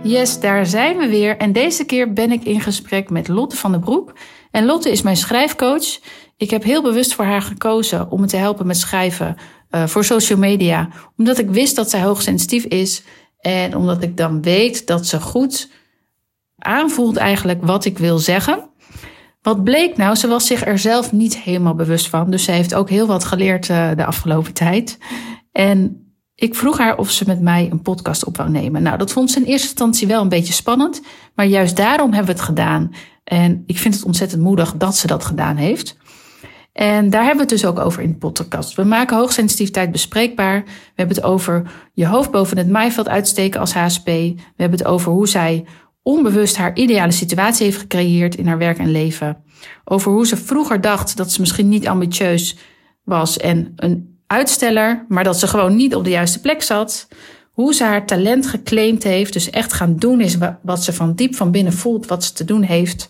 Yes, daar zijn we weer. En deze keer ben ik in gesprek met Lotte van der Broek. En Lotte is mijn schrijfcoach. Ik heb heel bewust voor haar gekozen om me te helpen met schrijven voor social media. Omdat ik wist dat zij hoogsensitief is. En omdat ik dan weet dat ze goed aanvoelt eigenlijk wat ik wil zeggen. Wat bleek nou? Ze was zich er zelf niet helemaal bewust van. Dus ze heeft ook heel wat geleerd de afgelopen tijd. En ik vroeg haar of ze met mij een podcast op wou nemen. Nou, dat vond ze in eerste instantie wel een beetje spannend. Maar juist daarom hebben we het gedaan. En ik vind het ontzettend moedig dat ze dat gedaan heeft. En daar hebben we het dus ook over in de podcast. We maken hoogsensitiviteit bespreekbaar. We hebben het over je hoofd boven het maaiveld uitsteken als HSP. We hebben het over hoe zij onbewust haar ideale situatie heeft gecreëerd in haar werk en leven. Over hoe ze vroeger dacht dat ze misschien niet ambitieus was en een uitsteller, maar dat ze gewoon niet op de juiste plek zat. Hoe ze haar talent geclaimd heeft, dus echt gaan doen is wat ze van diep van binnen voelt, wat ze te doen heeft.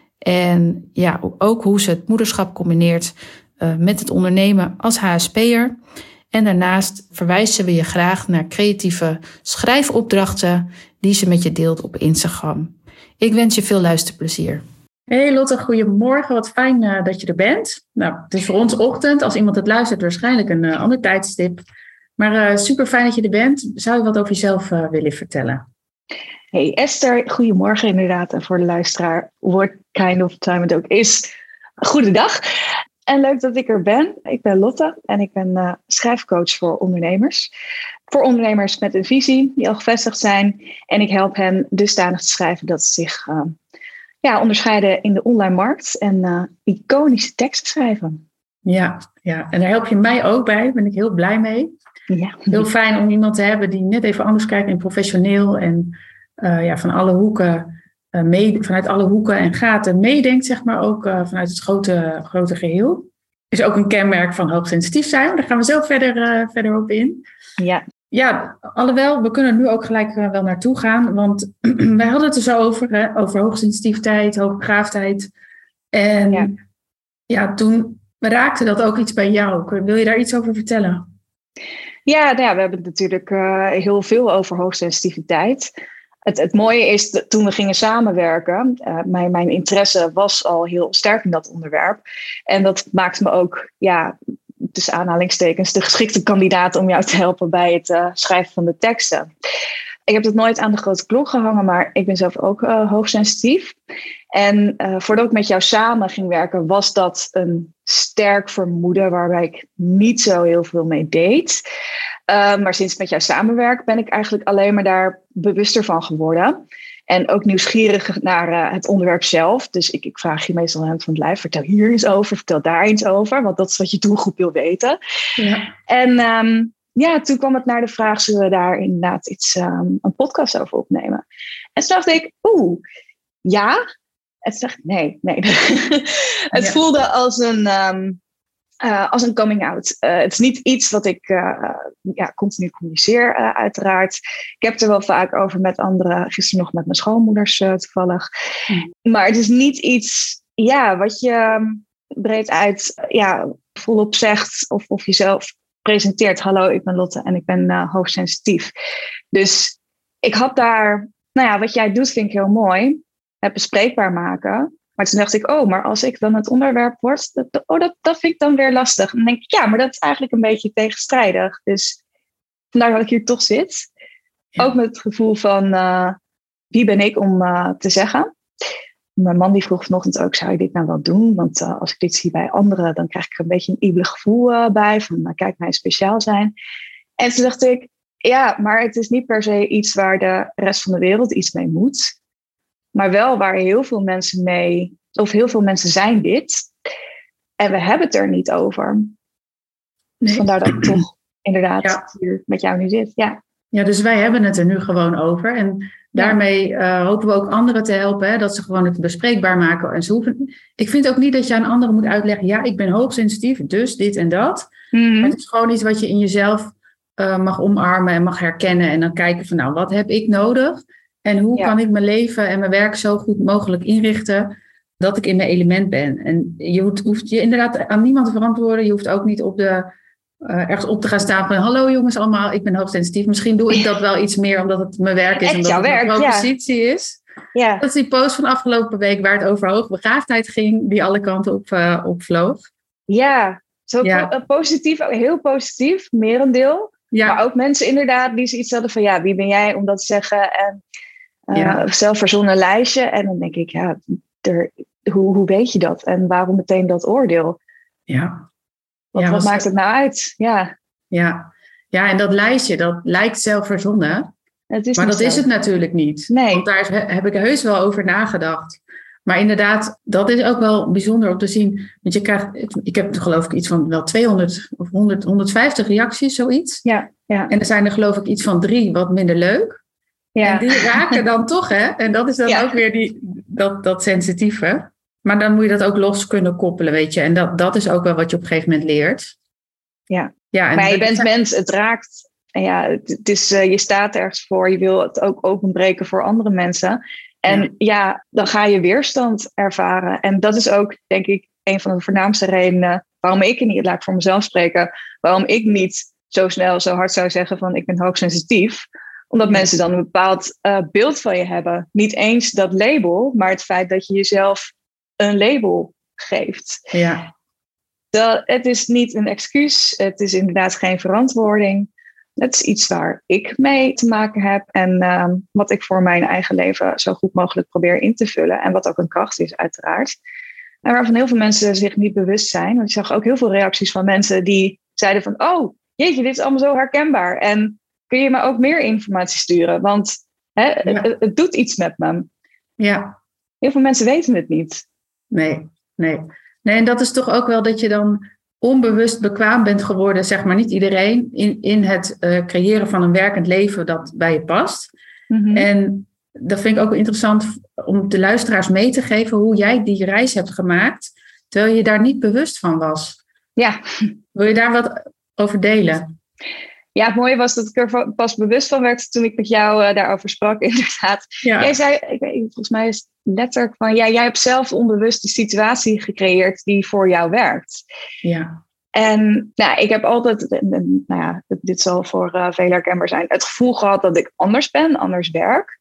En ja, ook hoe ze het moederschap combineert met het ondernemen als HSP'er. En daarnaast verwijzen we je graag naar creatieve schrijfopdrachten die ze met je deelt op Instagram. Ik wens je veel luisterplezier. Hey Lotte, goedemorgen. Wat fijn dat je er bent. Nou, het is voor ons ochtend. Als iemand het luistert, waarschijnlijk een ander tijdstip. Maar super fijn dat je er bent. Zou je wat over jezelf willen vertellen? Hey Esther, goedemorgen inderdaad. En voor de luisteraar, what kind of time het ook is, goedendag. En leuk dat ik er ben. Ik ben Lotte en ik ben schrijfcoach voor ondernemers. Voor ondernemers met een visie die al gevestigd zijn. En ik help hen dusdanig te schrijven dat ze zich onderscheiden in de online markt en iconische teksten schrijven. Ja, en daar help je mij ook bij. Daar ben ik heel blij mee. Ja. Heel fijn om iemand te hebben die net even anders kijkt en professioneel en van alle hoeken, vanuit alle hoeken en gaten meedenkt, zeg maar ook vanuit het grote geheel. Is ook een kenmerk van hoogsensitief zijn. Daar gaan we zo verder op in. Ja, alhoewel, we kunnen nu ook gelijk wel naartoe gaan. Want wij hadden het er zo over hoogsensitiviteit, hoogbegaafdheid. En toen raakte dat ook iets bij jou. Wil je daar iets over vertellen? Ja, we hebben het natuurlijk heel veel over hoogsensitiviteit. Het mooie is, toen we gingen samenwerken, mijn interesse was al heel sterk in dat onderwerp. En dat maakt me ook, tussen aanhalingstekens, de geschikte kandidaat om jou te helpen bij het schrijven van de teksten. Ik heb dat nooit aan de grote klok gehangen, maar ik ben zelf ook hoogsensitief. En voordat ik met jou samen ging werken, was dat een sterk vermoeden waarbij ik niet zo heel veel mee deed. Maar sinds ik met jou samenwerk ben ik eigenlijk alleen maar daar bewuster van geworden. En ook nieuwsgierig naar het onderwerp zelf. Dus ik vraag je meestal aan het van het lijf, vertel hier eens over, vertel daar eens over. Want dat is wat je doelgroep wil weten. Ja. En toen kwam het naar de vraag, zullen we daar inderdaad een podcast over opnemen? En toen dacht ik, ja. En toen dacht ik, nee. Het voelde als een coming out. Het is niet iets wat ik continu communiceer, uiteraard. Ik heb het er wel vaak over met anderen. Gisteren nog met mijn schoonmoeders toevallig. Maar het is niet iets wat je breed uit volop zegt of jezelf presenteert. Hallo, ik ben Lotte en ik ben hoogsensitief. Dus ik had daar, wat jij doet vind ik heel mooi. Het bespreekbaar maken. Maar toen dacht ik, maar als ik dan het onderwerp word, dat vind ik dan weer lastig. En dan denk ik, maar dat is eigenlijk een beetje tegenstrijdig. Dus vandaar dat ik hier toch zit. Ja. Ook met het gevoel van, wie ben ik om te zeggen? Mijn man die vroeg vanochtend ook, zou je dit nou wel doen? Want als ik dit zie bij anderen, dan krijg ik er een beetje een ibelig gevoel bij. Van, kijk mij speciaal zijn. En toen dacht ik, maar het is niet per se iets waar de rest van de wereld iets mee moet. Maar wel waar heel veel mensen mee, of heel veel mensen zijn dit. En we hebben het er niet over. Nee. Dus vandaar dat ik toch inderdaad hier met jou nu zit. Ja, dus wij hebben het er nu gewoon over. En daarmee hopen we ook anderen te helpen. Hè, dat ze gewoon het bespreekbaar maken. En ze hoeven, ik vind ook niet dat je aan anderen moet uitleggen, ik ben hoogsensitief, dus dit en dat. Mm-hmm. Maar het is gewoon iets wat je in jezelf mag omarmen en mag herkennen. En dan kijken van, wat heb ik nodig? En hoe kan ik mijn leven en mijn werk zo goed mogelijk inrichten dat ik in mijn element ben? En je hoeft je inderdaad aan niemand te verantwoorden. Je hoeft ook niet op ergens op te gaan staan van hallo jongens allemaal, ik ben hoogsensitief. Misschien doe ik dat wel iets meer omdat het mijn werk is. Echt omdat jouw het werk, mijn propositie is. Ja. Dat is die post van afgelopen week waar het over hoogbegaafdheid ging. Die alle kanten op vloog. Ja, zo positief, heel positief, merendeel. Ja. Maar ook mensen inderdaad die zoiets hadden van wie ben jij om dat te zeggen? En zelfverzonnen lijstje. En dan denk ik, hoe weet je dat? En waarom meteen dat oordeel? Ja. Wat maakt het nou uit? Ja, en dat lijstje, dat lijkt zelfverzonnen. Maar dat is het natuurlijk niet. Nee. Want daar heb ik heus wel over nagedacht. Maar inderdaad, dat is ook wel bijzonder om te zien. Want je krijgt, ik heb geloof ik iets van wel 200 of 150 reacties, zoiets. Ja. En er zijn er geloof ik iets van 3 wat minder leuk. Ja. En die raken dan toch, hè? En dat is dan ook weer dat sensitieve. Maar dan moet je dat ook los kunnen koppelen, weet je. En dat is ook wel wat je op een gegeven moment leert. Ja, en maar je bent mens, het raakt. En het is, je staat ergens voor, je wil het ook openbreken voor andere mensen. En dan ga je weerstand ervaren. En dat is ook, denk ik, een van de voornaamste redenen waarom ik niet, laat ik voor mezelf spreken, waarom ik niet zo snel, zo hard zou zeggen van ik ben hoogsensitief. Omdat mensen dan een bepaald beeld van je hebben. Niet eens dat label, maar het feit dat je jezelf een label geeft. Ja. Het is niet een excuus. Het is inderdaad geen verantwoording. Het is iets waar ik mee te maken heb. En wat ik voor mijn eigen leven zo goed mogelijk probeer in te vullen. En wat ook een kracht is, uiteraard. En waarvan heel veel mensen zich niet bewust zijn. Want ik zag ook heel veel reacties van mensen die zeiden van oh, jeetje, dit is allemaal zo herkenbaar. En kun je me ook meer informatie sturen? Want het doet iets met me. Ja. Heel veel mensen weten het niet. Nee, en dat is toch ook wel dat je dan onbewust bekwaam bent geworden, zeg maar niet iedereen, in het creëren van een werkend leven dat bij je past. Mm-hmm. En dat vind ik ook interessant om de luisteraars mee te geven hoe jij die reis hebt gemaakt, terwijl je daar niet bewust van was. Ja. Wil je daar wat over delen? Ja, het mooie was dat ik er pas bewust van werd toen ik met jou daarover sprak, inderdaad. Ja. Jij zei, volgens mij is het letterlijk van, jij hebt zelf onbewust de situatie gecreëerd die voor jou werkt. Ja. En ik heb altijd, dit zal voor veel herkenbaar zijn, het gevoel gehad dat ik anders ben, anders werk.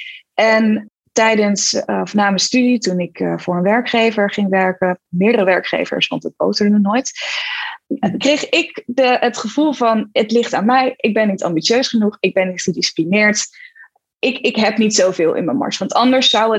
En tijdens na mijn studie, toen ik voor een werkgever ging werken, meerdere werkgevers, want het boterde nooit, kreeg ik het gevoel van, het ligt aan mij, ik ben niet ambitieus genoeg, ik ben niet gedisciplineerd, ik heb niet zoveel in mijn mars, want anders zou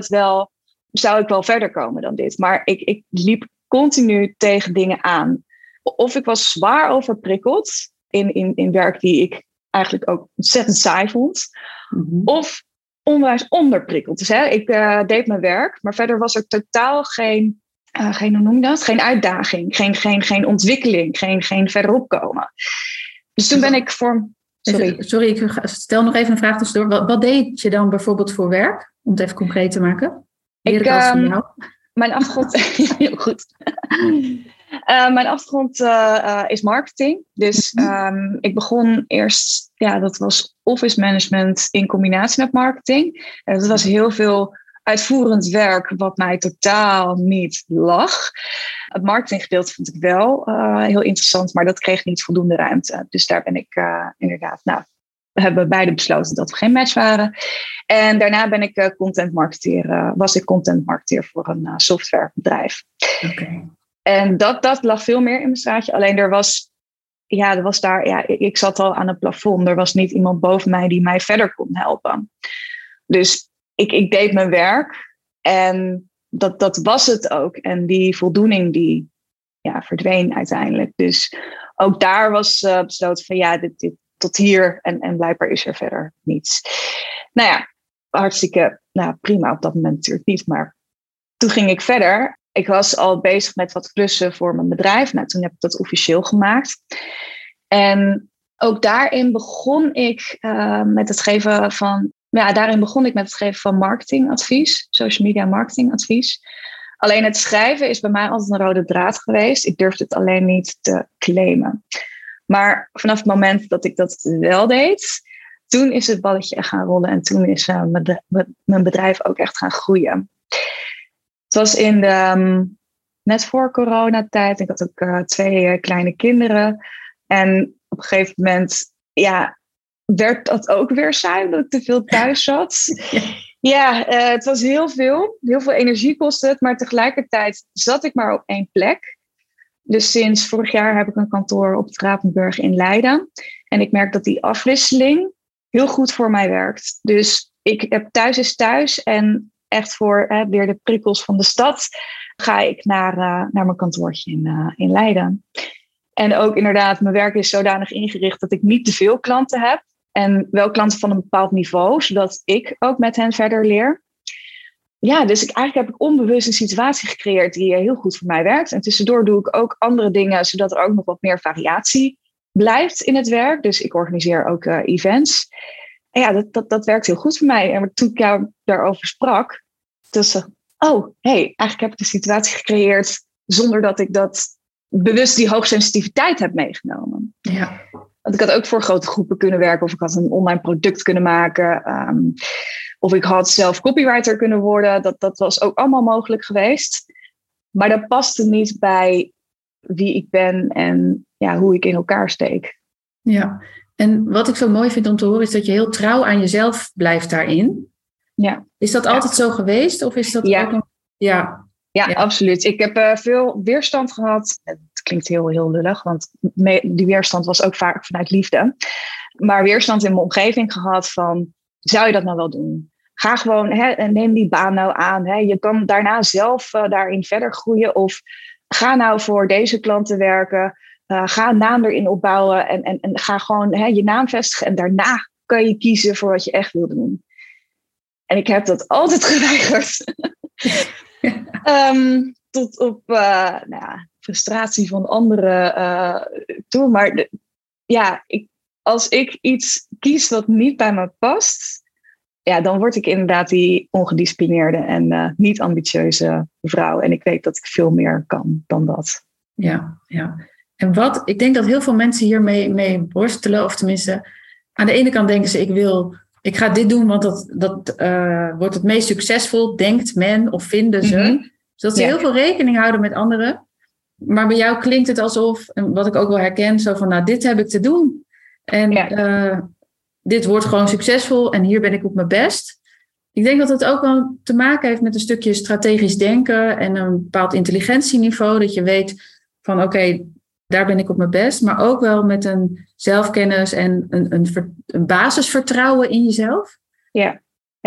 ik wel verder komen dan dit. Maar ik liep continu tegen dingen aan. Of ik was zwaar overprikkeld in werk die ik eigenlijk ook ontzettend saai vond. Mm-hmm. Of onwijs onderprikkeld. Dus ik deed mijn werk, maar verder was er totaal geen hoe noem je dat? Geen uitdaging, geen ontwikkeling, geen verderop komen. Dus toen ben ik voor... Sorry, ik stel nog even een vraag tussendoor. Wat deed je dan bijvoorbeeld voor werk? Om het even concreet te maken. Mijn achtergrond... Heel goed. Mijn achtergrond is marketing. Dus ik begon eerst... Ja, dat was office management in combinatie met marketing. Dat was heel veel uitvoerend werk wat mij totaal niet lag. Het marketinggedeelte vond ik wel heel interessant, maar dat kreeg niet voldoende ruimte. Dus daar ben ik inderdaad... we hebben beide besloten dat we geen match waren. En daarna ben ik was ik content marketeer voor een softwarebedrijf. Okay. En dat lag veel meer in mijn straatje. Alleen er was daar... ik zat al aan het plafond. Er was niet iemand boven mij die mij verder kon helpen. Dus ik deed mijn werk en dat was het ook. En die voldoening die verdween uiteindelijk. Dus ook daar was besloten van dit tot hier en blijkbaar is er verder niets. Hartstikke prima op dat moment natuurlijk niet. Maar toen ging ik verder. Ik was al bezig met wat klussen voor mijn bedrijf. Toen heb ik dat officieel gemaakt. En ook daarin begon ik met het geven van... daarin begon ik met het geven van marketingadvies. Social media marketingadvies. Alleen het schrijven is bij mij altijd een rode draad geweest. Ik durfde het alleen niet te claimen. Maar vanaf het moment dat ik dat wel deed... toen is het balletje echt gaan rollen. En toen is mijn bedrijf ook echt gaan groeien. Het was net voor coronatijd. Ik had ook 2 kleine kinderen. En op een gegeven moment, werd dat ook weer saai, omdat ik te veel thuis zat. Het was heel veel. Heel veel energie kostte het, maar tegelijkertijd zat ik maar op één plek. Dus sinds vorig jaar heb ik een kantoor op het Rapenburg in Leiden. En ik merk dat die afwisseling heel goed voor mij werkt. Dus ik heb thuis is thuis en echt voor weer de prikkels van de stad ga ik naar mijn kantoortje in Leiden. En ook inderdaad, mijn werk is zodanig ingericht dat ik niet te veel klanten heb. En wel klanten van een bepaald niveau, zodat ik ook met hen verder leer. Ja, dus eigenlijk heb ik onbewust een situatie gecreëerd die heel goed voor mij werkt. En tussendoor doe ik ook andere dingen, zodat er ook nog wat meer variatie blijft in het werk. Dus ik organiseer ook events. En ja, dat werkt heel goed voor mij. En toen ik jou daarover sprak, eigenlijk heb ik de situatie gecreëerd zonder dat ik dat bewust die hoogsensitiviteit heb meegenomen. Ja. Want ik had ook voor grote groepen kunnen werken, of ik had een online product kunnen maken, of ik had zelf copywriter kunnen worden. Dat was ook allemaal mogelijk geweest. Maar dat paste niet bij wie ik ben en hoe ik in elkaar steek. Ja. En wat ik zo mooi vind om te horen is dat je heel trouw aan jezelf blijft daarin. Ja. Is dat altijd zo geweest? Of is dat ook nog... Ja, absoluut. Ik heb veel weerstand gehad. Het klinkt heel, heel lullig, want die weerstand was ook vaak vanuit liefde. Maar weerstand in mijn omgeving gehad van, zou je dat nou wel doen? Ga gewoon, neem die baan nou aan. Je kan daarna zelf daarin verder groeien. Of ga nou voor deze klanten werken. Ga een naam erin opbouwen. En ga gewoon je naam vestigen. En daarna kan je kiezen voor wat je echt wil doen. En ik heb dat altijd geweigerd. Tot op frustratie van anderen toe. Maar als ik iets kies wat niet bij me past, dan word ik inderdaad die ongedisciplineerde en niet ambitieuze vrouw. En ik weet dat ik veel meer kan dan dat. Ja. En ik denk dat heel veel mensen hiermee worstelen, of tenminste, aan de ene kant denken ze, ik ga dit doen, want dat wordt het meest succesvol, denkt men of vinden ze. Mm-hmm. Dus dat ze heel veel rekening houden met anderen. Maar bij jou klinkt het alsof, en wat ik ook wel herken, zo van, dit heb ik te doen. En dit wordt gewoon succesvol en hier ben ik op mijn best. Ik denk dat het ook wel te maken heeft met een stukje strategisch denken en een bepaald intelligentieniveau. Dat je weet van oké, daar ben ik op mijn best. Maar ook wel met een zelfkennis en een basisvertrouwen in jezelf. Ja.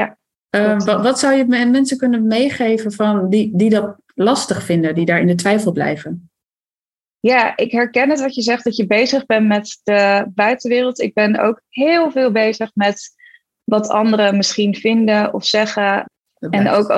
Wat zou je mensen kunnen meegeven van die dat lastig vinden, die daar in de twijfel blijven? Ja, ik herken het wat je zegt, dat je bezig bent met de buitenwereld. Ik ben ook heel veel bezig met wat anderen misschien vinden of zeggen. En ook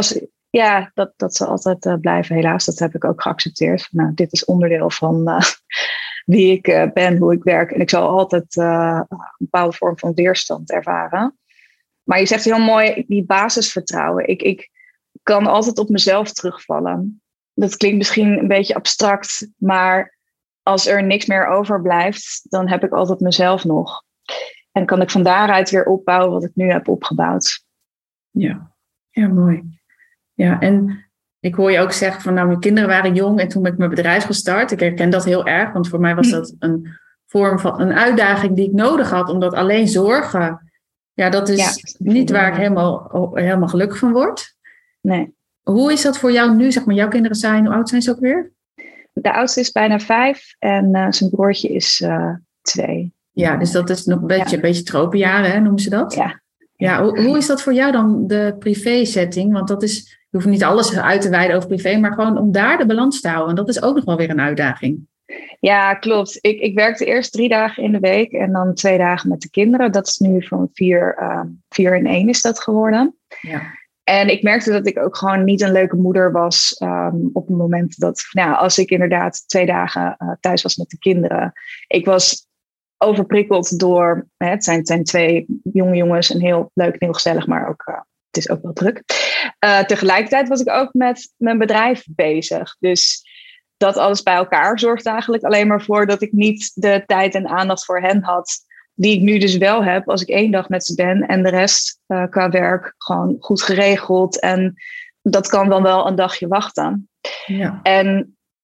dat ze altijd blijven, helaas. Dat heb ik ook geaccepteerd. Nou, dit is onderdeel van wie ik ben, hoe ik werk. En ik zal altijd een bepaalde vorm van weerstand ervaren. Maar je zegt heel mooi, die basisvertrouwen. Ik kan altijd op mezelf terugvallen. Dat klinkt misschien een beetje abstract, maar als er niks meer overblijft, dan heb ik altijd mezelf nog. En kan ik van daaruit weer opbouwen wat ik nu heb opgebouwd. Ja, mooi. Ja, en ik hoor je ook zeggen van mijn kinderen waren jong en toen ben ik mijn bedrijf gestart. Ik herken dat heel erg, want voor mij was dat een vorm van een uitdaging die ik nodig had. Omdat alleen zorgen, dat is niet waar ik helemaal gelukkig van word. Nee. Hoe is dat voor jou nu? Zeg maar, jouw kinderen hoe oud zijn ze ook weer? De oudste is bijna 5 en zijn broertje is 2. Ja, dus dat is nog een beetje tropenjaren, hè, noemen ze dat? Ja. Ja, hoe is dat voor jou dan, de privé-setting? Want dat is, je hoeft niet alles uit te wijden over privé, maar gewoon om daar de balans te houden. En dat is ook nog wel weer een uitdaging. Ja, klopt. Ik werkte eerst 3 dagen in de week en dan 2 dagen met de kinderen. Dat is nu van 4 in 1 is dat geworden. Ja. En ik merkte dat ik ook gewoon niet een leuke moeder was op het moment dat, als ik inderdaad 2 dagen thuis was met de kinderen. Ik was overprikkeld door, het zijn 2 jonge jongens en heel leuk en heel gezellig, maar ook, het is ook wel druk. Tegelijkertijd was ik ook met mijn bedrijf bezig. Dus dat alles bij elkaar zorgt eigenlijk alleen maar voor dat ik niet de tijd en aandacht voor hen had, die ik nu dus wel heb als ik 1 dag met ze ben en de rest qua werk gewoon goed geregeld. En dat kan dan wel een dagje wachten. Ja. En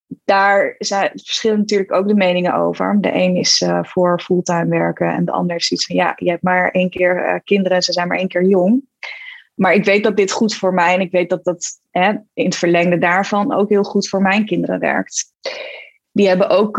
verschillen natuurlijk ook de meningen over. De een is voor fulltime werken en de ander is iets van je hebt maar 1 keer kinderen en ze zijn maar 1 keer jong. Maar ik weet dat dit goed voor mij en ik weet dat dat in het verlengde daarvan ook heel goed voor mijn kinderen werkt. Die hebben ook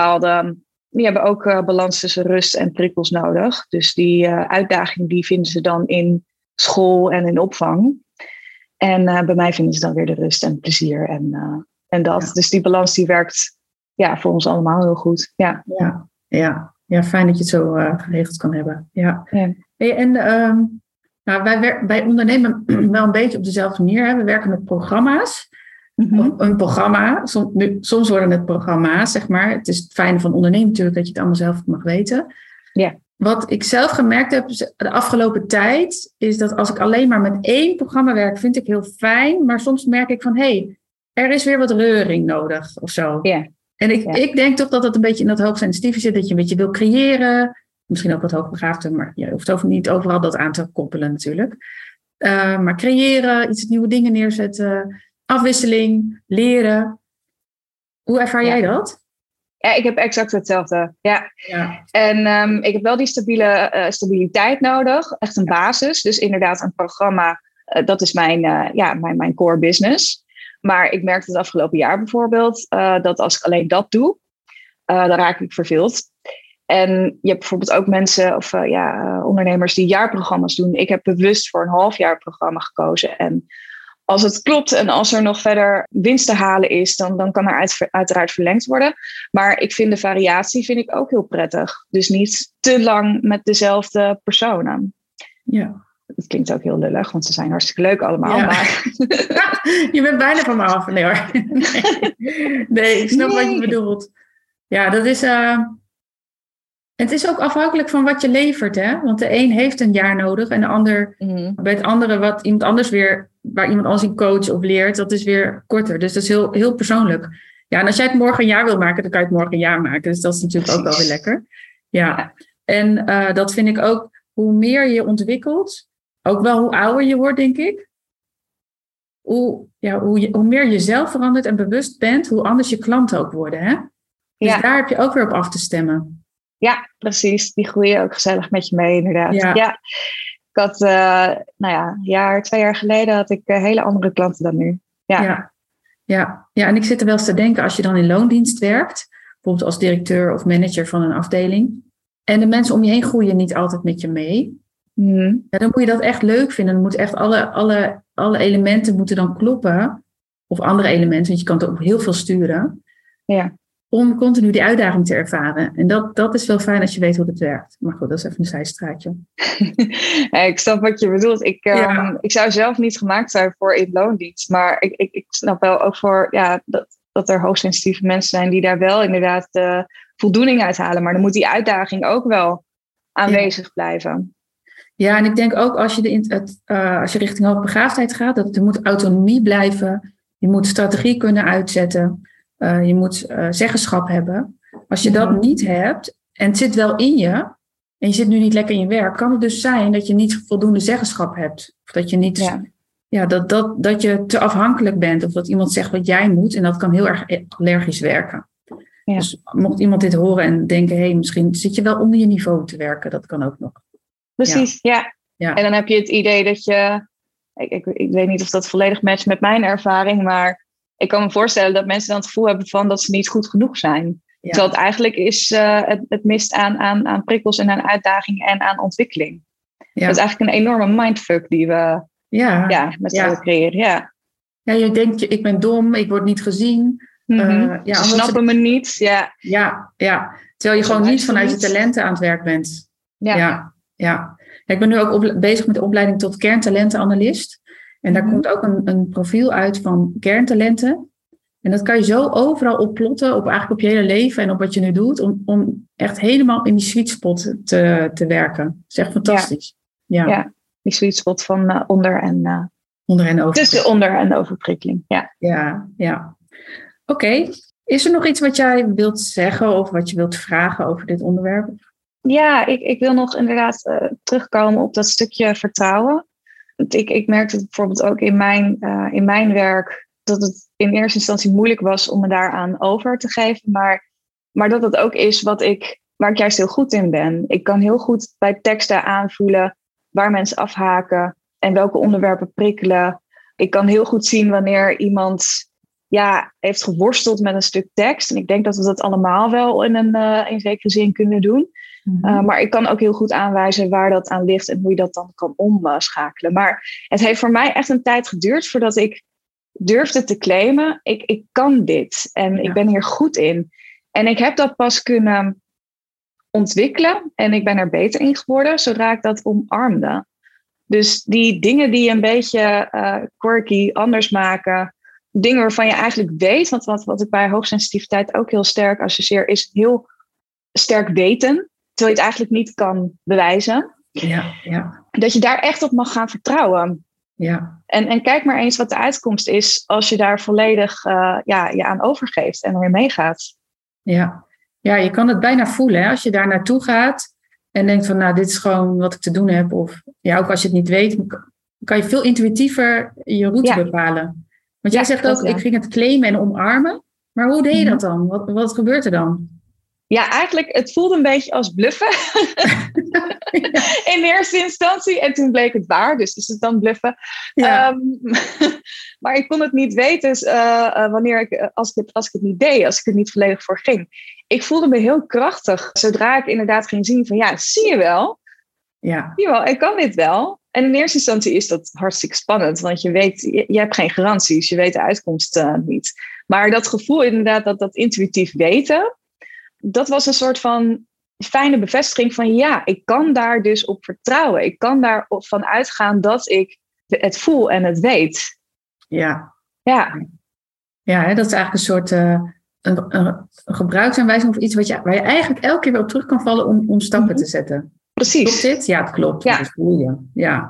balans tussen rust en prikkels nodig. Dus die uitdaging die vinden ze dan in school en in opvang. En bij mij vinden ze dan weer de rust en plezier en dat. Ja. Dus die balans die werkt voor ons allemaal heel goed. Ja, fijn dat je het zo geregeld kan hebben. Ja. Hey, en wij ondernemen wel een beetje op dezelfde manier. Hè? We werken met programma's. Mm-hmm. Een programma, soms worden het programma's, zeg maar. Het is het fijne van ondernemen natuurlijk dat je het allemaal zelf mag weten. Ja. Wat ik zelf gemerkt heb de afgelopen tijd, is dat als ik alleen maar met 1 programma werk, vind ik heel fijn. Maar soms merk ik van, er is weer wat reuring nodig of zo. Yeah. En ik denk toch dat het een beetje in dat hoogsensitieve zit, dat je een beetje wil creëren. Misschien ook wat hoogbegaafde, maar je hoeft over niet overal dat aan te koppelen natuurlijk. Maar creëren, iets nieuwe dingen neerzetten, afwisseling, leren. Hoe ervaar jij dat? Ja, ik heb exact hetzelfde. Ja. En ik heb wel die stabiliteit nodig. Echt een basis. Dus inderdaad een programma. Dat is mijn core business. Maar ik merkte het afgelopen jaar bijvoorbeeld. Dat als ik alleen dat doe. Dan raak ik verveeld. En je hebt bijvoorbeeld ook mensen of ondernemers die jaarprogramma's doen. Ik heb bewust voor een halfjaarprogramma gekozen. En als het klopt en als er nog verder winst te halen is, dan kan er uiteraard verlengd worden. Maar ik vind de variatie ook heel prettig. Dus niet te lang met dezelfde personen. Ja. Dat klinkt ook heel lullig, want ze zijn hartstikke leuk allemaal. Ja. Maar... Je bent bijna van me af. Nee hoor. Nee, ik snap wat je bedoelt. Ja, dat is... Het is ook afhankelijk van wat je levert, hè? Want de een heeft een jaar nodig en de ander, bij het andere wat iemand anders weer, waar iemand anders in coach of leert, dat is weer korter. Dus dat is heel, heel persoonlijk. Ja, en als jij het morgen een jaar wil maken, dan kan je het morgen een jaar maken. Dus dat is natuurlijk ook wel weer lekker. Ja. En dat vind ik ook, hoe meer je ontwikkelt, ook wel hoe ouder je wordt, denk ik. Hoe meer je zelf verandert en bewust bent, hoe anders je klanten ook worden, hè? Dus daar heb je ook weer op af te stemmen. Ja, precies. Die groeien ook gezellig met je mee, inderdaad. Ja. Ik had, 2 jaar geleden had ik hele andere klanten dan nu. Ja, en ik zit er wel eens te denken, als je dan in loondienst werkt, bijvoorbeeld als directeur of manager van een afdeling, en de mensen om je heen groeien niet altijd met je mee, dan moet je dat echt leuk vinden. Dan moet echt alle elementen moeten dan kloppen, of andere elementen, want je kan het ook heel veel sturen. Ja. Om continu die uitdaging te ervaren. En dat is wel fijn als je weet hoe het werkt. Maar goed, dat is even een zijstraatje. Ik snap wat je bedoelt. Ik zou zelf niet gemaakt zijn voor in loondienst. Maar ik snap wel ook voor dat er hoogsensitieve mensen zijn die daar wel inderdaad de voldoening uit halen. Maar dan moet die uitdaging ook wel aanwezig blijven. Ja, en ik denk ook als je richting hoogbegaafdheid gaat, dat er moet autonomie blijven. Je moet strategie kunnen uitzetten. Je moet zeggenschap hebben. Als je dat niet hebt, en het zit wel in je, en je zit nu niet lekker in je werk, kan het dus zijn dat je niet voldoende zeggenschap hebt. Of dat je niet, dat je te afhankelijk bent. Of dat iemand zegt wat jij moet. En dat kan heel erg allergisch werken. Ja. Dus mocht iemand dit horen en denken, misschien zit je wel onder je niveau te werken. Dat kan ook nog. Precies, ja. En dan heb je het idee dat je, ik weet niet of dat volledig matcht met mijn ervaring, maar ik kan me voorstellen dat mensen dan het gevoel hebben van dat ze niet goed genoeg zijn. Ja. Terwijl het eigenlijk is, het mist aan prikkels en aan uitdagingen en aan ontwikkeling. Ja. Dat is eigenlijk een enorme mindfuck die we met z'n allen creëren. Ja, je denkt, ik ben dom, ik word niet gezien. Ze snappen me niet. Ja. Terwijl je gewoon niet vanuit je talenten aan het werk bent. Ja. Ik ben nu ook bezig met de opleiding tot kerntalentenanalist. En daar komt ook een profiel uit van kerntalenten. En dat kan je zo overal opplotten, eigenlijk op je hele leven en op wat je nu doet, om echt helemaal in die sweet spot te werken. Dat is echt fantastisch. Ja, die sweet spot van onder en over. Tussen onder en overprikkeling. Ja. Oké. Is er nog iets wat jij wilt zeggen of wat je wilt vragen over dit onderwerp? Ja, ik wil nog inderdaad terugkomen op dat stukje vertrouwen. Ik merk het bijvoorbeeld ook in mijn werk, dat het in eerste instantie moeilijk was om me daaraan over te geven. Maar dat het ook is waar ik juist heel goed in ben. Ik kan heel goed bij teksten aanvoelen waar mensen afhaken en welke onderwerpen prikkelen. Ik kan heel goed zien wanneer iemand heeft geworsteld met een stuk tekst. En ik denk dat we dat allemaal wel in zekere zin kunnen doen. Mm-hmm. Maar ik kan ook heel goed aanwijzen waar dat aan ligt en hoe je dat dan kan omschakelen. Maar het heeft voor mij echt een tijd geduurd voordat ik durfde te claimen. Ik kan dit en ik ben hier goed in. En ik heb dat pas kunnen ontwikkelen en ik ben er beter in geworden zodra ik dat omarmde. Dus die dingen die een beetje quirky, anders maken, dingen waarvan je eigenlijk weet, want wat ik bij hoogsensitiviteit ook heel sterk associeer, is heel sterk weten, terwijl je het eigenlijk niet kan bewijzen. Ja. Dat je daar echt op mag gaan vertrouwen. Ja. En kijk maar eens wat de uitkomst is als je daar volledig je aan overgeeft en ermee meegaat. Ja, je kan het bijna voelen hè? Als je daar naartoe gaat en denkt van nou, dit is gewoon wat ik te doen heb. Of ook als je het niet weet, kan je veel intuïtiever je route bepalen. Want jij zegt ook, ik ging het claimen en omarmen. Maar hoe deed je dat dan? Wat gebeurt er dan? Ja, eigenlijk, het voelde een beetje als bluffen. In eerste instantie. En toen bleek het waar, dus is het dan bluffen. Ja. Maar ik kon het niet weten als ik het niet deed, als ik er niet volledig voor ging. Ik voelde me heel krachtig, zodra ik inderdaad ging zien van zie je wel. Ja. Zie je wel, ik kan dit wel. En in eerste instantie is dat hartstikke spannend, want je weet, je hebt geen garanties, je weet de uitkomst niet. Maar dat gevoel inderdaad, dat intuïtief weten, dat was een soort van fijne bevestiging van ik kan daar dus op vertrouwen. Ik kan daarvan uitgaan dat ik het voel en het weet. Ja, hè, dat is eigenlijk een soort een gebruiksaanwijzing of iets waar je eigenlijk elke keer weer op terug kan vallen om stappen te zetten. Precies. Klopt dit? Ja, het klopt. Ja. Dat voel je.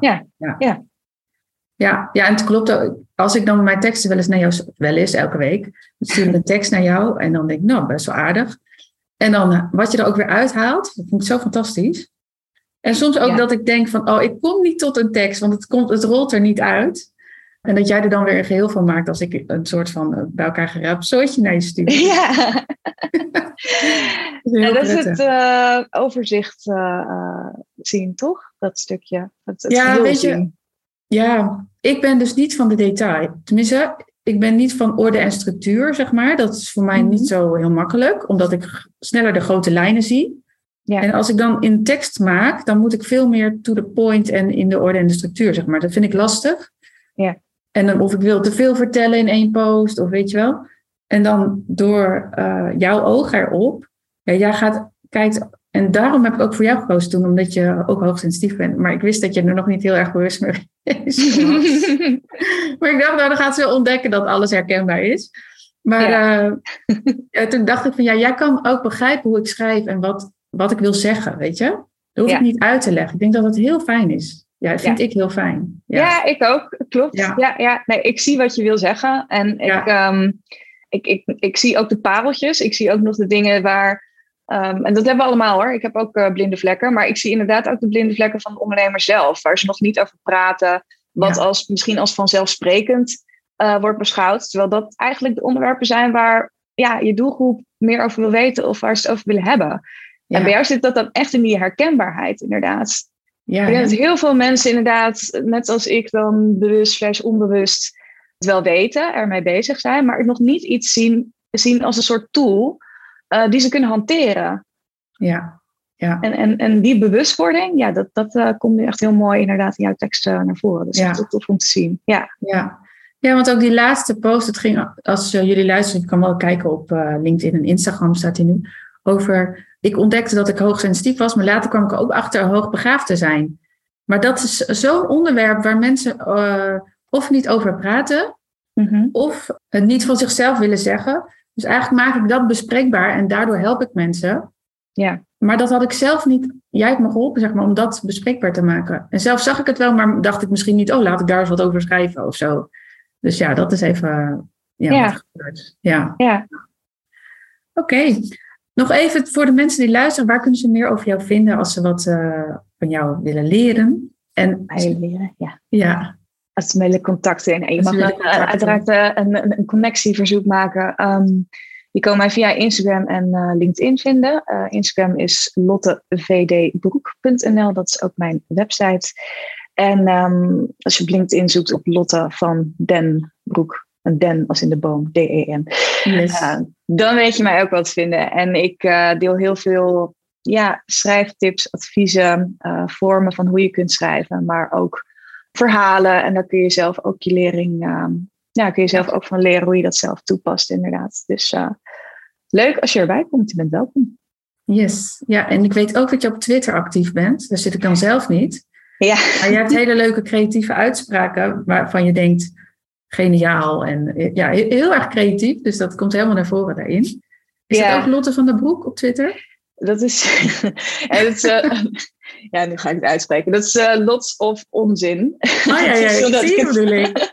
Ja, en het klopt ook. Als ik dan mijn teksten wel eens elke week, dan stuur ik een tekst naar jou en dan denk ik, best wel aardig. En dan wat je er ook weer uithaalt, dat vind ik zo fantastisch. En soms ook dat ik denk van, ik kom niet tot een tekst, want het rolt er niet uit. En dat jij er dan weer een geheel van maakt als ik een soort van bij elkaar geraapt soortje naar je stuur. Ja. Dat is het overzicht zien, toch? Dat stukje. Het weet je, ik ben dus niet van de detail. Tenminste, ik ben niet van orde en structuur, zeg maar. Dat is voor mij niet zo heel makkelijk, omdat ik sneller de grote lijnen zie. Ja. En als ik dan in tekst maak, dan moet ik veel meer to the point en in de orde en de structuur, zeg maar. Dat vind ik lastig. Ja. En dan of ik wil te veel vertellen in 1 post, of weet je wel. En dan door jouw oog erop, jij kijkt. En daarom heb ik ook voor jou gekozen toen, omdat je ook hoogsensitief bent. Maar ik wist dat je er nog niet heel erg bewust mee is. Maar ik dacht, dan gaat ze wel ontdekken dat alles herkenbaar is. Maar toen dacht ik van, jij kan ook begrijpen hoe ik schrijf en wat ik wil zeggen, weet je. Dat hoef ik niet uit te leggen. Ik denk dat het heel fijn is. Ja, dat vind ik heel fijn. Ja, ik ook. Klopt. Ja. Nee, ik zie wat je wil zeggen. En ik zie ook de pareltjes. Ik zie ook nog de dingen waar... en dat hebben we allemaal hoor. Ik heb ook blinde vlekken. Maar ik zie inderdaad ook de blinde vlekken van de ondernemer zelf. Waar ze nog niet over praten. Wat misschien als vanzelfsprekend wordt beschouwd. Terwijl dat eigenlijk de onderwerpen zijn waar je doelgroep meer over wil weten. Of waar ze het over willen hebben. Ja. En bij jou zit dat dan echt in die herkenbaarheid inderdaad. Ja, ik denk dat heel veel mensen inderdaad, net als ik dan bewust/onbewust het wel weten, ermee bezig zijn. Maar het nog niet iets zien als een soort tool die ze kunnen hanteren. Ja. En die bewustwording, dat komt nu echt heel mooi inderdaad in jouw teksten naar voren. Dus dat is tof om te zien. Ja, want ook die laatste post, het ging, als jullie luisteren, je kan wel kijken op LinkedIn en Instagram staat hij nu, over... Ik ontdekte dat ik hoogsensitief was, maar later kwam ik ook achter hoogbegaafd te zijn. Maar dat is zo'n onderwerp waar mensen of niet over praten, of het niet van zichzelf willen zeggen. Dus eigenlijk maak ik dat bespreekbaar en daardoor help ik mensen. Ja. Maar dat had ik zelf niet. Jij hebt me geholpen, zeg maar, om dat bespreekbaar te maken. En zelf zag ik het wel, maar dacht ik misschien niet, laat ik daar eens wat over schrijven of zo. Dus dat is even wat gebeurd. Ja. Oké. Nog even voor de mensen die luisteren, waar kunnen ze meer over jou vinden als ze wat van jou willen leren? En leren, ja. Ja. Uitzonderlijke contacten in. En je mag uiteraard een connectieverzoek maken. Je kan mij via Instagram en LinkedIn vinden. Instagram is lottevdbroek.nl. Dat is ook mijn website. En als je op LinkedIn zoekt op Lotte van den Broek. Een den als in de boom, D-E-N. Yes. Dan weet je mij ook wel te vinden. En ik deel heel veel schrijftips, adviezen, vormen van hoe je kunt schrijven. Maar ook verhalen. En daar kun je zelf ook je lering... kun je zelf ook van leren hoe je dat zelf toepast, inderdaad. Dus leuk als je erbij komt. Je bent welkom. Yes. Ja, en ik weet ook dat je op Twitter actief bent. Daar zit ik dan zelf niet. Ja. Maar je hebt hele leuke creatieve uitspraken waarvan je denkt, geniaal. En heel erg creatief. Dus dat komt helemaal naar voren daarin. Is dat ook Lotte van den Broek op Twitter? Dat is... nu ga ik het uitspreken. Dat is lots of onzin. Bedoel ik.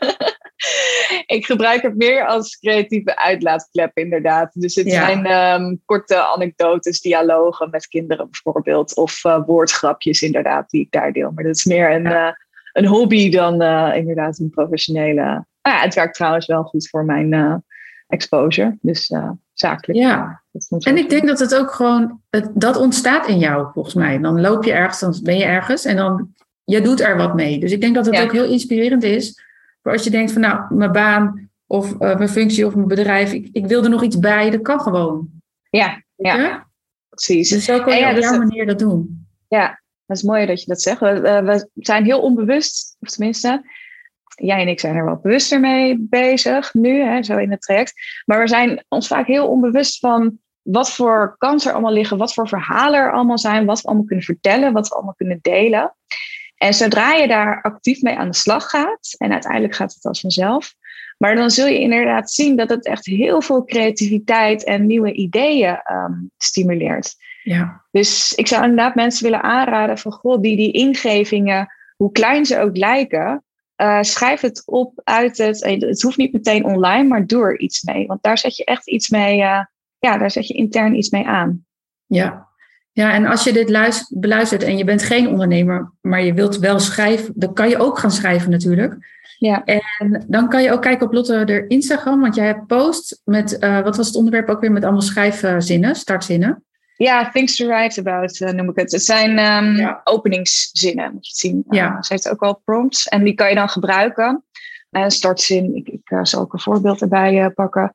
Ik gebruik het meer als creatieve uitlaatklep, inderdaad. Dus het zijn korte anekdotes, dialogen met kinderen bijvoorbeeld. Of woordgrapjes, inderdaad, die ik daar deel. Maar dat is meer een hobby dan inderdaad een professionele... het werkt trouwens wel goed voor mijn exposure. Dus zakelijk. Ja, en ik denk dat het ook gewoon... Dat ontstaat in jou, volgens mij. Dan loop je ergens, dan ben je ergens. En dan, je doet er wat mee. Dus ik denk dat het ook heel inspirerend is... Als je denkt van mijn baan of mijn functie of mijn bedrijf, ik wil er nog iets bij, dat kan gewoon. Ja, precies. Dus zo kan je op jouw manier dat doen. Ja, dat is mooi dat je dat zegt. We zijn heel onbewust, of tenminste, jij en ik zijn er wel bewuster mee bezig nu, zo in het traject. Maar we zijn ons vaak heel onbewust van wat voor kansen er allemaal liggen, wat voor verhalen er allemaal zijn, wat we allemaal kunnen vertellen, wat we allemaal kunnen delen. En zodra je daar actief mee aan de slag gaat, en uiteindelijk gaat het als vanzelf, maar dan zul je inderdaad zien dat het echt heel veel creativiteit en nieuwe ideeën stimuleert. Ja. Dus ik zou inderdaad mensen willen aanraden van die ingevingen, hoe klein ze ook lijken, schrijf het op uit het hoeft niet meteen online, maar doe er iets mee. Want daar zet je echt iets mee, daar zet je intern iets mee aan. Ja. Ja, en als je dit beluistert en je bent geen ondernemer, maar je wilt wel schrijven, dan kan je ook gaan schrijven natuurlijk. Ja. En dan kan je ook kijken op Lotte de Instagram, want jij hebt post met, wat was het onderwerp ook weer, met allemaal schrijfzinnen, startzinnen? Ja, things to write about noem ik het. Het zijn openingszinnen, moet je het zien. Ze heeft ook al prompts en die kan je dan gebruiken. Startzin, ik zal ook een voorbeeld erbij pakken.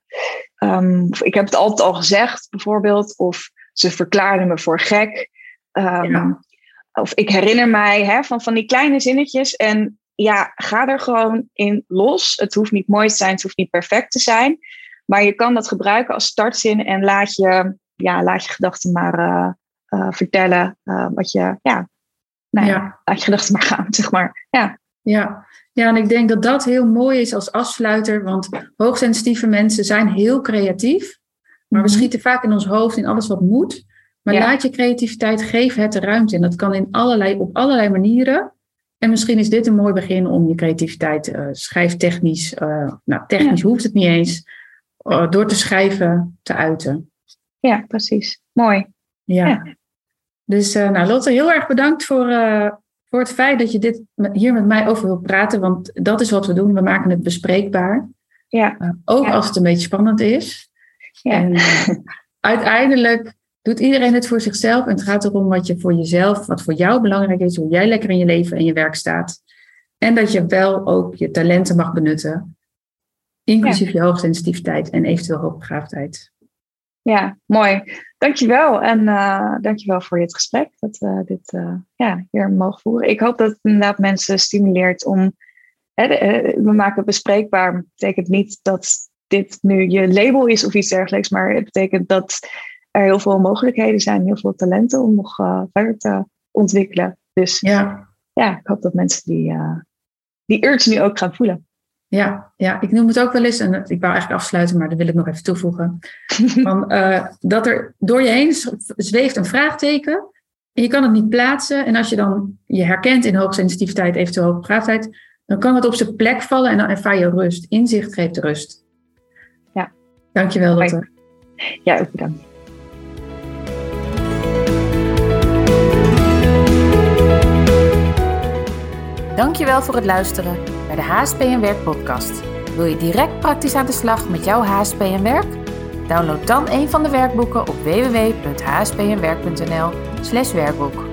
Ik heb het altijd al gezegd, bijvoorbeeld, of... Ze verklaarden me voor gek. Of ik herinner mij van die kleine zinnetjes. En ga er gewoon in los. Het hoeft niet mooi te zijn, het hoeft niet perfect te zijn. Maar je kan dat gebruiken als startzin. En laat je gedachten maar vertellen. Laat je gedachten maar gaan, zeg maar. Ja, en ik denk dat heel mooi is als afsluiter. Want hoogsensitieve mensen zijn heel creatief. Maar we schieten vaak in ons hoofd in alles wat moet. Maar laat je creativiteit, geef het de ruimte. En dat kan op allerlei manieren. En misschien is dit een mooi begin om je creativiteit schrijftechnisch... technisch hoeft het niet eens. Door te schrijven, te uiten. Ja, precies. Mooi. Ja. Dus Lotte, heel erg bedankt voor het feit dat je hier met mij over wilt praten. Want dat is wat we doen. We maken het bespreekbaar. Ja. Ook als het een beetje spannend is. Ja. En uiteindelijk doet iedereen het voor zichzelf. En het gaat erom wat voor jou belangrijk is. Hoe jij lekker in je leven en je werk staat. En dat je wel ook je talenten mag benutten. Inclusief je hoogsensitiviteit en eventueel hoogbegaafdheid. Ja, mooi. Dankjewel. En dankjewel voor dit gesprek. Dat we dit hier mogen voeren. Ik hoop dat het inderdaad mensen stimuleert om... we maken het bespreekbaar. Dat betekent niet dat dit nu je label is of iets dergelijks. Maar het betekent dat er heel veel mogelijkheden zijn. Heel veel talenten om nog verder te ontwikkelen. Dus ik hoop dat mensen die urge nu ook gaan voelen. Ja, ik noem het ook wel eens, en ik wou eigenlijk afsluiten, maar dat wil ik nog even toevoegen. Dat er door je heen zweeft een vraagteken en je kan het niet plaatsen. En als je dan je herkent in hoogsensitiviteit, eventueel hoogbegaafdheid, dan kan het op zijn plek vallen en dan ervaar je rust. Inzicht geeft rust. Ja. Dankjewel, Lotte. Ja, ook bedankt. Dankjewel voor het luisteren. bij de HSP en Werk podcast. Wil je direct praktisch aan de slag met jouw HSP en werk? Download dan een van de werkboeken op www.hspenwerk.nl/werkboek.